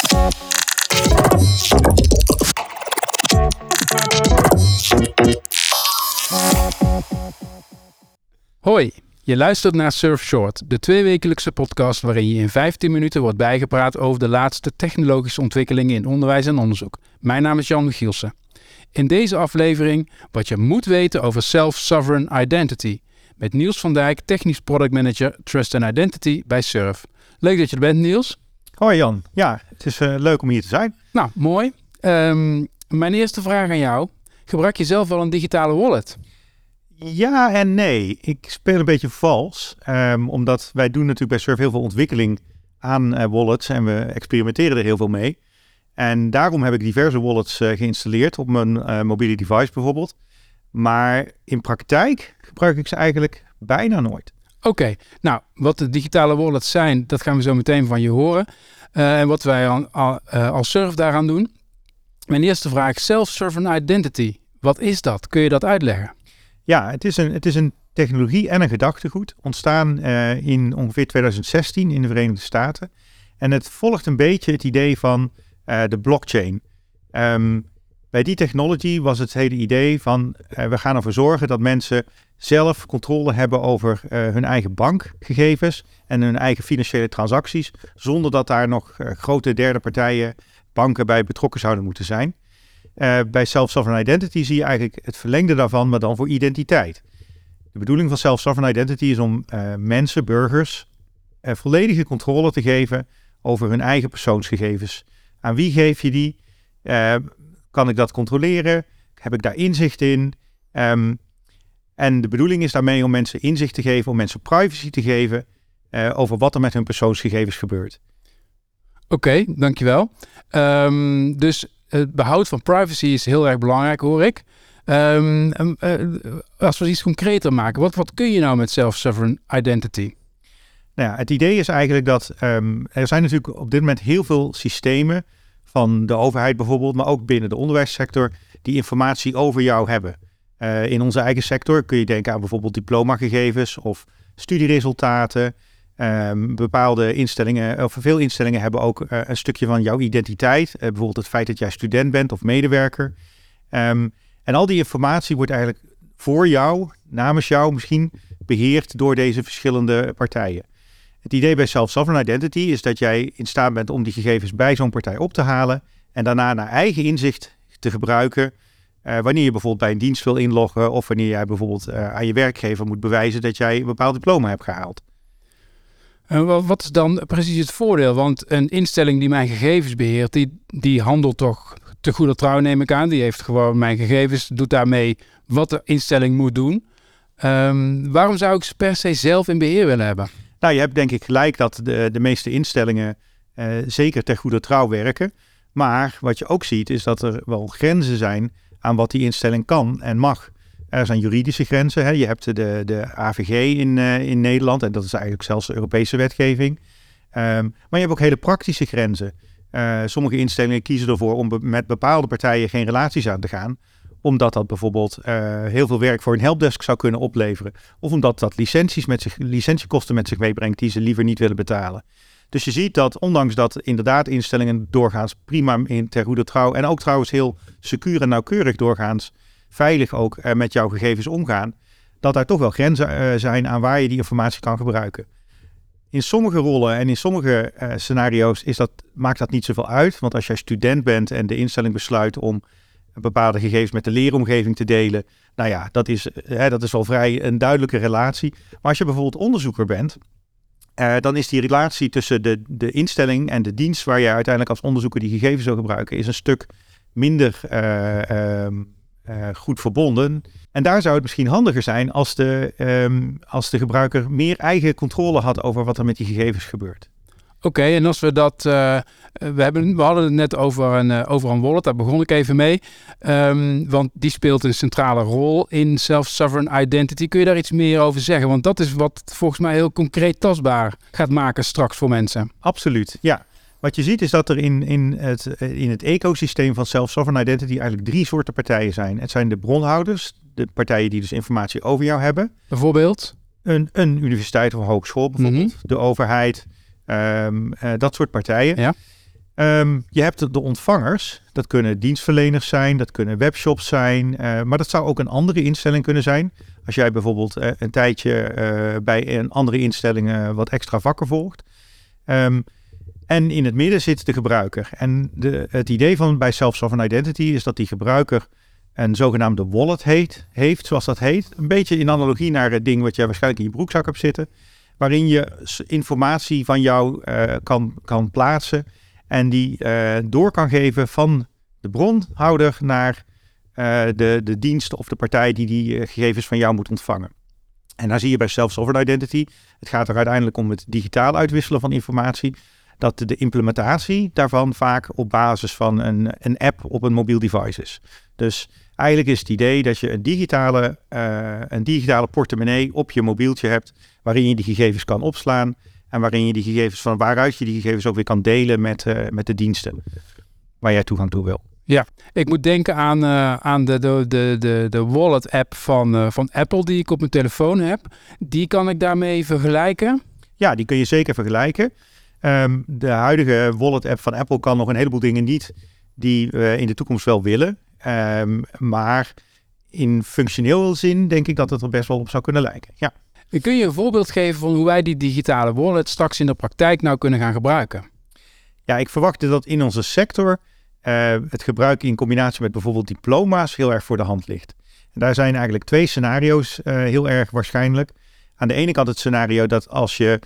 Hoi, je luistert naar Surf Short, de tweewekelijkse podcast waarin je in 15 minuten wordt bijgepraat over de laatste technologische ontwikkelingen in onderwijs en onderzoek. Mijn naam is Jan Michielsen. In deze aflevering wat je moet weten over Self-Sovereign Identity, met Niels van Dijk, technisch product manager Trust and Identity bij Surf. Leuk dat je er bent, Niels. Hoi Jan, ja, het is leuk om hier te zijn. Nou, mooi. Mijn eerste vraag aan jou. Gebruik je zelf wel een digitale wallet? Ja en nee. Ik speel een beetje vals. Omdat wij doen natuurlijk bij Surf heel veel ontwikkeling aan wallets. En we experimenteren er heel veel mee. En daarom heb ik diverse wallets geïnstalleerd op mijn mobiele device bijvoorbeeld. Maar in praktijk gebruik ik ze eigenlijk bijna nooit. Oké, nou, wat de digitale wallets zijn, dat gaan we zo meteen van je horen. En wat wij als Surf daaraan doen. Mijn eerste vraag, Self-Sovereign Identity. Wat is dat? Kun je dat uitleggen? Ja, het is een technologie en een gedachtegoed ontstaan in ongeveer 2016 in de Verenigde Staten. En het volgt een beetje het idee van de blockchain. Bij die technology was het hele idee van we gaan ervoor zorgen dat mensen zelf controle hebben over hun eigen bankgegevens en hun eigen financiële transacties, zonder dat daar nog grote derde partijen, banken bij betrokken zouden moeten zijn. Bij Self-Sovereign Identity zie je eigenlijk het verlengde daarvan, maar dan voor identiteit. De bedoeling van Self-Sovereign Identity is om mensen, burgers, volledige controle te geven over hun eigen persoonsgegevens. Aan wie geef je die? Kan ik dat controleren? Heb ik daar inzicht in? En de bedoeling is daarmee om mensen inzicht te geven, om mensen privacy te geven over wat er met hun persoonsgegevens gebeurt. Oké, dankjewel. Dus het behoud van privacy is heel erg belangrijk, hoor ik. Als we iets concreter maken, wat kun je nou met Self-Sovereign Identity? Nou ja, het idee is eigenlijk dat er zijn natuurlijk op dit moment heel veel systemen van de overheid bijvoorbeeld, maar ook binnen de onderwijssector, die informatie over jou hebben. In onze eigen sector kun je denken aan bijvoorbeeld diplomagegevens of studieresultaten. Bepaalde instellingen, of veel instellingen hebben ook een stukje van jouw identiteit. Bijvoorbeeld het feit dat jij student bent of medewerker. En al die informatie wordt eigenlijk voor jou, namens jou misschien, beheerd door deze verschillende partijen. Het idee bij Self-Sovereign Identity is dat jij in staat bent om die gegevens bij zo'n partij op te halen en daarna naar eigen inzicht te gebruiken. Wanneer je bijvoorbeeld bij een dienst wil inloggen of wanneer jij bijvoorbeeld aan je werkgever moet bewijzen dat jij een bepaald diploma hebt gehaald. Wat is dan precies het voordeel? Want een instelling die mijn gegevens beheert, die handelt toch te goede trouw, neem ik aan. Die heeft gewoon mijn gegevens, doet daarmee wat de instelling moet doen. Waarom zou ik ze per se zelf in beheer willen hebben? Nou, je hebt denk ik gelijk dat de meeste instellingen zeker ter goede trouw werken. Maar wat je ook ziet is dat er wel grenzen zijn aan wat die instelling kan en mag. Er zijn juridische grenzen. Hè. Je hebt de AVG in Nederland en dat is eigenlijk zelfs de Europese wetgeving. Maar je hebt ook hele praktische grenzen. Sommige instellingen kiezen ervoor om met bepaalde partijen geen relaties aan te gaan, omdat dat bijvoorbeeld heel veel werk voor een helpdesk zou kunnen opleveren. Of omdat dat licentiekosten met zich meebrengt die ze liever niet willen betalen. Dus je ziet dat ondanks dat inderdaad instellingen doorgaans prima ter goede trouw en ook trouwens heel secuur en nauwkeurig doorgaans veilig ook met jouw gegevens omgaan, dat daar toch wel grenzen zijn aan waar je die informatie kan gebruiken. In sommige rollen en in sommige scenario's maakt dat niet zoveel uit. Want als jij student bent en de instelling besluit om bepaalde gegevens met de leeromgeving te delen, nou ja, dat is wel vrij een duidelijke relatie. Maar als je bijvoorbeeld onderzoeker bent, dan is die relatie tussen de instelling en de dienst waar je uiteindelijk als onderzoeker die gegevens wil gebruiken, is een stuk minder goed verbonden. En daar zou het misschien handiger zijn als de gebruiker meer eigen controle had over wat er met die gegevens gebeurt. Oké, en als we dat... we hadden het net over een wallet, daar begon ik even mee. Want die speelt een centrale rol in Self-Sovereign Identity. Kun je daar iets meer over zeggen? Want dat is wat volgens mij heel concreet tastbaar gaat maken straks voor mensen. Absoluut, ja. Wat je ziet is dat er in het ecosysteem van Self-Sovereign Identity eigenlijk 3 soorten partijen zijn. Het zijn de bronhouders, de partijen die dus informatie over jou hebben. Bijvoorbeeld? Een universiteit of hogeschool bijvoorbeeld, de overheid, dat soort partijen. Ja. Je hebt de ontvangers. Dat kunnen dienstverleners zijn, dat kunnen webshops zijn. Maar dat zou ook een andere instelling kunnen zijn. Als jij bijvoorbeeld een tijdje bij een andere instelling wat extra vakken volgt. En in het midden zit de gebruiker. En het idee bij Self-Sovereign Identity is dat die gebruiker een zogenaamde wallet heeft, zoals dat heet. Een beetje in analogie naar het ding wat jij waarschijnlijk in je broekzak hebt zitten. Waarin je informatie van jou kan plaatsen en die door kan geven van de bronhouder naar de dienst of de partij die gegevens van jou moet ontvangen. En daar zie je bij Self-Sovereign Identity, het gaat er uiteindelijk om het digitaal uitwisselen van informatie, dat de implementatie daarvan vaak op basis van een app op een mobiel device is. Dus eigenlijk is het idee dat je een digitale portemonnee op je mobieltje hebt, waarin je die gegevens kan opslaan en waarin je die gegevens van waaruit je die gegevens ook weer kan delen met de diensten waar jij toegang toe wil. Ja, ik moet denken aan de wallet app van Apple die ik op mijn telefoon heb. Die kan ik daarmee vergelijken? Ja, die kun je zeker vergelijken. De huidige wallet app van Apple kan nog een heleboel dingen niet die we in de toekomst wel willen. Maar in functioneel zin denk ik dat het er best wel op zou kunnen lijken. Ja. Kun je een voorbeeld geven van hoe wij die digitale wallet straks in de praktijk nou kunnen gaan gebruiken? Ja, ik verwacht dat in onze sector het gebruik in combinatie met bijvoorbeeld diploma's heel erg voor de hand ligt. En daar zijn eigenlijk 2 scenario's heel erg waarschijnlijk. Aan de ene kant het scenario dat als je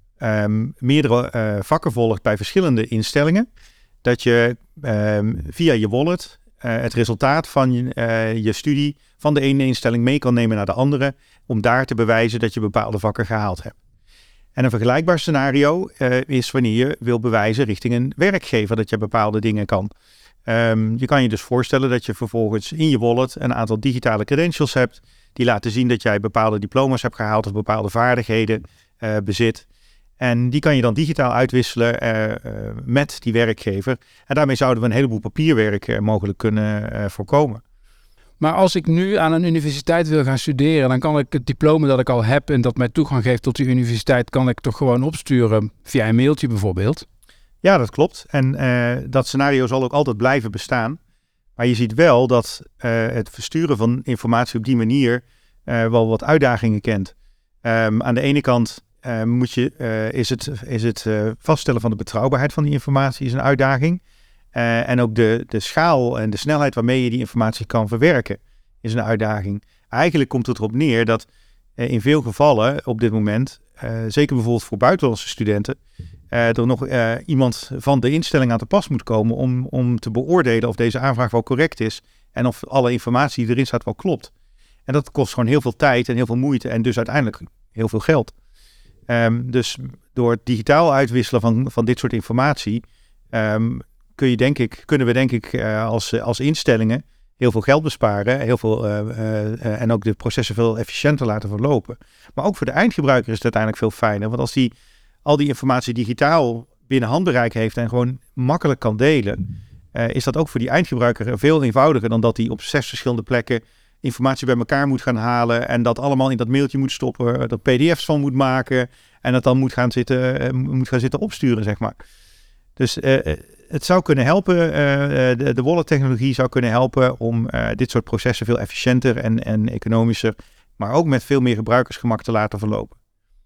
meerdere vakken volgt bij verschillende instellingen, dat je via je wallet het resultaat van je studie van de ene instelling mee kan nemen naar de andere, om daar te bewijzen dat je bepaalde vakken gehaald hebt. En een vergelijkbaar scenario is wanneer je wil bewijzen richting een werkgever dat je bepaalde dingen kan. Je kan je dus voorstellen dat je vervolgens in je wallet een aantal digitale credentials hebt die laten zien dat jij bepaalde diploma's hebt gehaald of bepaalde vaardigheden bezit. En die kan je dan digitaal uitwisselen met die werkgever. En daarmee zouden we een heleboel papierwerk mogelijk kunnen voorkomen. Maar als ik nu aan een universiteit wil gaan studeren, dan kan ik het diploma dat ik al heb en dat mij toegang geeft tot die universiteit, kan ik toch gewoon opsturen via een mailtje bijvoorbeeld? Ja, dat klopt. En dat scenario zal ook altijd blijven bestaan. Maar je ziet wel dat het versturen van informatie op die manier wel wat uitdagingen kent. Aan de ene kant is het vaststellen van de betrouwbaarheid van die informatie is een uitdaging. En ook de schaal en de snelheid waarmee je die informatie kan verwerken is een uitdaging. Eigenlijk komt het erop neer dat in veel gevallen op dit moment, zeker bijvoorbeeld voor buitenlandse studenten, er nog iemand van de instelling aan te pas moet komen om te beoordelen of deze aanvraag wel correct is en of alle informatie die erin staat wel klopt. En dat kost gewoon heel veel tijd en heel veel moeite en dus uiteindelijk heel veel geld. Dus door het digitaal uitwisselen van dit soort informatie kunnen we denk ik als instellingen heel veel geld besparen, en ook de processen veel efficiënter laten verlopen. Maar ook voor de eindgebruiker is het uiteindelijk veel fijner, want als die al die informatie digitaal binnen handbereik heeft en gewoon makkelijk kan delen, is dat ook voor die eindgebruiker veel eenvoudiger dan dat hij op 6 verschillende plekken informatie bij elkaar moet gaan halen en dat allemaal in dat mailtje moet stoppen, er pdf's van moet maken en dat dan moet gaan zitten opsturen, zeg maar. Dus het zou kunnen helpen, de wallet technologie zou kunnen helpen om dit soort processen veel efficiënter en economischer, maar ook met veel meer gebruikersgemak te laten verlopen.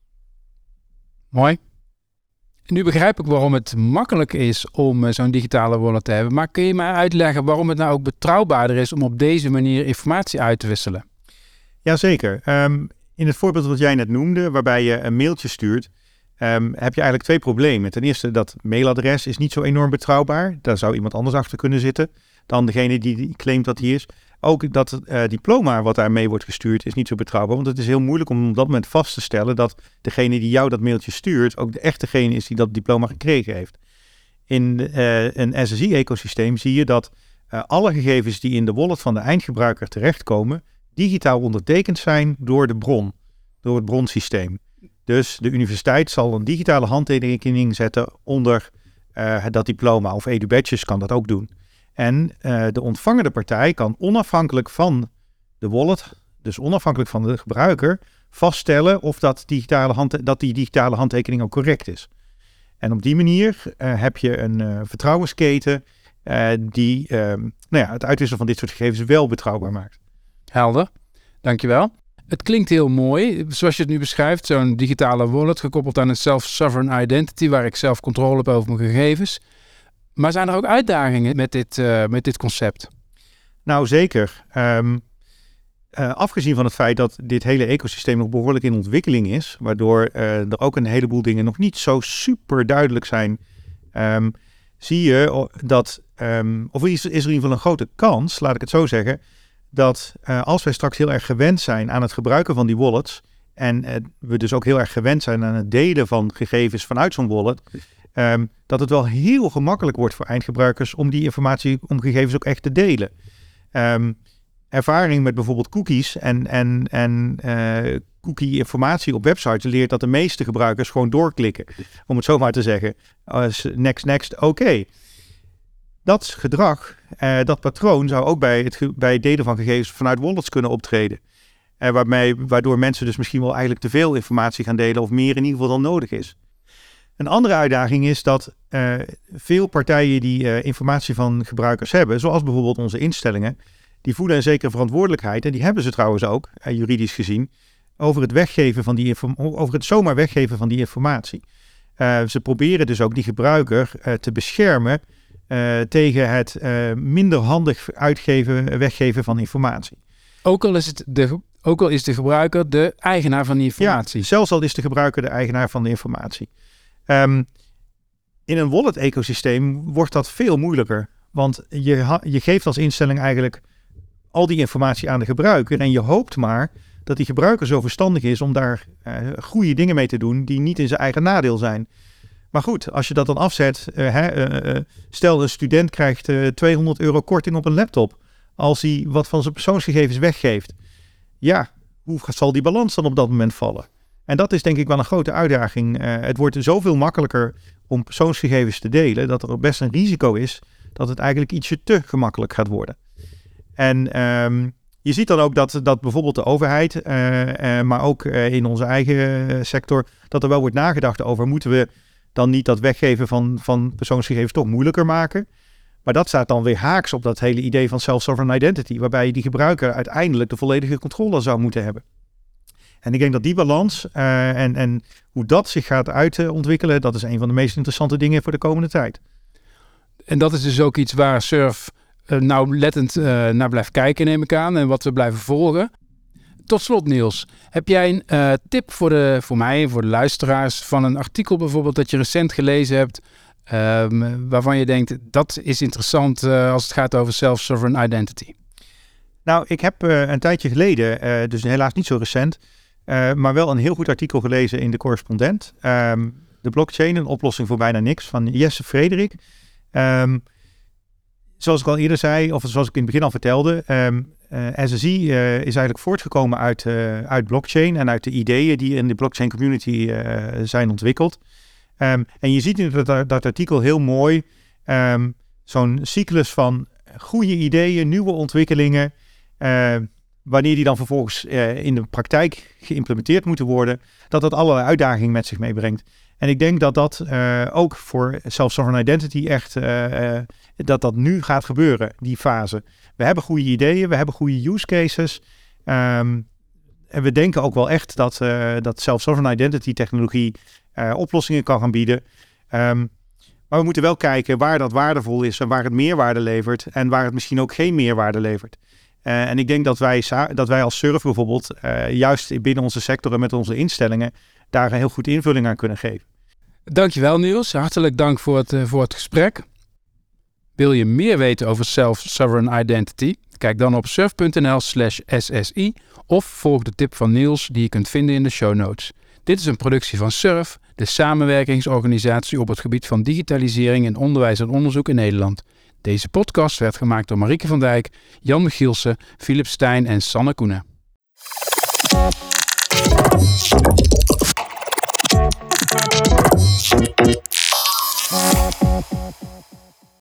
Mooi. Nu begrijp ik waarom het makkelijk is om zo'n digitale wallet te hebben, maar kun je mij uitleggen waarom het nou ook betrouwbaarder is om op deze manier informatie uit te wisselen? Jazeker. In het voorbeeld wat jij net noemde, waarbij je een mailtje stuurt, heb je eigenlijk 2 problemen. Ten eerste, dat mailadres is niet zo enorm betrouwbaar. Daar zou iemand anders achter kunnen zitten dan degene die claimt dat hij is. Ook dat diploma wat daarmee wordt gestuurd is niet zo betrouwbaar. Want het is heel moeilijk om op dat moment vast te stellen dat degene die jou dat mailtje stuurt ook de echtegene is die dat diploma gekregen heeft. In een SSI-ecosysteem zie je dat alle gegevens die in de wallet van de eindgebruiker terechtkomen, digitaal ondertekend zijn door de bron, door het bronsysteem. Dus de universiteit zal een digitale handtekening zetten onder dat diploma. Of EduBadges kan dat ook doen. En de ontvangende partij kan onafhankelijk van de wallet, dus onafhankelijk van de gebruiker, vaststellen of die digitale handtekening ook correct is. En op die manier heb je een vertrouwensketen die het uitwisselen van dit soort gegevens wel betrouwbaar maakt. Helder, dankjewel. Het klinkt heel mooi, zoals je het nu beschrijft, zo'n digitale wallet gekoppeld aan een self-sovereign identity waar ik zelf controle heb over mijn gegevens. Maar zijn er ook uitdagingen met dit concept? Nou, zeker. Afgezien van het feit dat dit hele ecosysteem nog behoorlijk in ontwikkeling is, waardoor er ook een heleboel dingen nog niet zo super duidelijk zijn, zie je dat, of is er in ieder geval een grote kans, laat ik het zo zeggen, dat als wij straks heel erg gewend zijn aan het gebruiken van die wallets en we dus ook heel erg gewend zijn aan het delen van gegevens vanuit zo'n wallet, dat het wel heel gemakkelijk wordt voor eindgebruikers om die informatie, om gegevens ook echt te delen. Ervaring met bijvoorbeeld cookies en cookie-informatie op websites leert dat de meeste gebruikers gewoon doorklikken, om het zo maar te zeggen. Next, oké. Dat gedrag, dat patroon zou ook bij het delen van gegevens vanuit wallets kunnen optreden. Waardoor mensen dus misschien wel eigenlijk te veel informatie gaan delen of meer in ieder geval dan nodig is. Een andere uitdaging is dat veel partijen die informatie van gebruikers hebben, zoals bijvoorbeeld onze instellingen, die voelen een zekere verantwoordelijkheid, en die hebben ze trouwens ook, juridisch gezien, over het zomaar weggeven van die informatie. Ze proberen dus ook die gebruiker te beschermen tegen het minder handig weggeven van informatie. Ook al is de gebruiker de eigenaar van die informatie. Ja, zelfs al is de gebruiker de eigenaar van de informatie. In een wallet-ecosysteem wordt dat veel moeilijker. Want je geeft als instelling eigenlijk al die informatie aan de gebruiker. En je hoopt maar dat die gebruiker zo verstandig is om daar goede dingen mee te doen die niet in zijn eigen nadeel zijn. Maar goed, als je dat dan afzet, stel een student krijgt €200 korting op een laptop als hij wat van zijn persoonsgegevens weggeeft. Ja, hoe zal die balans dan op dat moment vallen? En dat is denk ik wel een grote uitdaging. Het wordt zoveel makkelijker om persoonsgegevens te delen dat er best een risico is dat het eigenlijk ietsje te gemakkelijk gaat worden. En je ziet dan ook dat bijvoorbeeld de overheid, maar ook in onze eigen sector, dat er wel wordt nagedacht over, moeten we dan niet dat weggeven van persoonsgegevens toch moeilijker maken? Maar dat staat dan weer haaks op dat hele idee van self-sovereign identity, waarbij die gebruiker uiteindelijk de volledige controle zou moeten hebben. En ik denk dat die balans en hoe dat zich gaat uitontwikkelen, dat is een van de meest interessante dingen voor de komende tijd. En dat is dus ook iets waar Surf nauwlettend naar blijft kijken, neem ik aan, en wat we blijven volgen. Tot slot, Niels, heb jij een tip voor mij en voor de luisteraars van een artikel bijvoorbeeld dat je recent gelezen hebt, waarvan je denkt, dat is interessant als het gaat over self-sovereign identity? Nou, ik heb een tijdje geleden, dus helaas niet zo recent, maar wel een heel goed artikel gelezen in de Correspondent. De blockchain, een oplossing voor bijna niks, van Jesse Frederik. Zoals ik al eerder zei, of zoals ik in het begin al vertelde, SSI is eigenlijk voortgekomen uit blockchain en uit de ideeën die in de blockchain community zijn ontwikkeld. En je ziet in dat artikel heel mooi zo'n cyclus van goede ideeën, nieuwe ontwikkelingen, wanneer die dan vervolgens in de praktijk geïmplementeerd moeten worden, dat allerlei uitdagingen met zich meebrengt. En ik denk dat ook voor self-sovereign identity echt dat nu gaat gebeuren, die fase. We hebben goede ideeën, we hebben goede use cases. En we denken ook wel echt dat self-sovereign identity technologie oplossingen kan gaan bieden. Maar we moeten wel kijken waar dat waardevol is en waar het meerwaarde levert en waar het misschien ook geen meerwaarde levert. En ik denk dat wij als Surf bijvoorbeeld juist binnen onze sector en met onze instellingen daar een heel goed invulling aan kunnen geven. Dankjewel Niels, hartelijk dank voor het gesprek. Wil je meer weten over self-sovereign identity? Kijk dan op surf.nl/SSI of volg de tip van Niels die je kunt vinden in de show notes. Dit is een productie van Surf, de samenwerkingsorganisatie op het gebied van digitalisering in onderwijs en onderzoek in Nederland. Deze podcast werd gemaakt door Marieke van Dijk, Jan Michielsen, Philip Stijn en Sanne Koenen.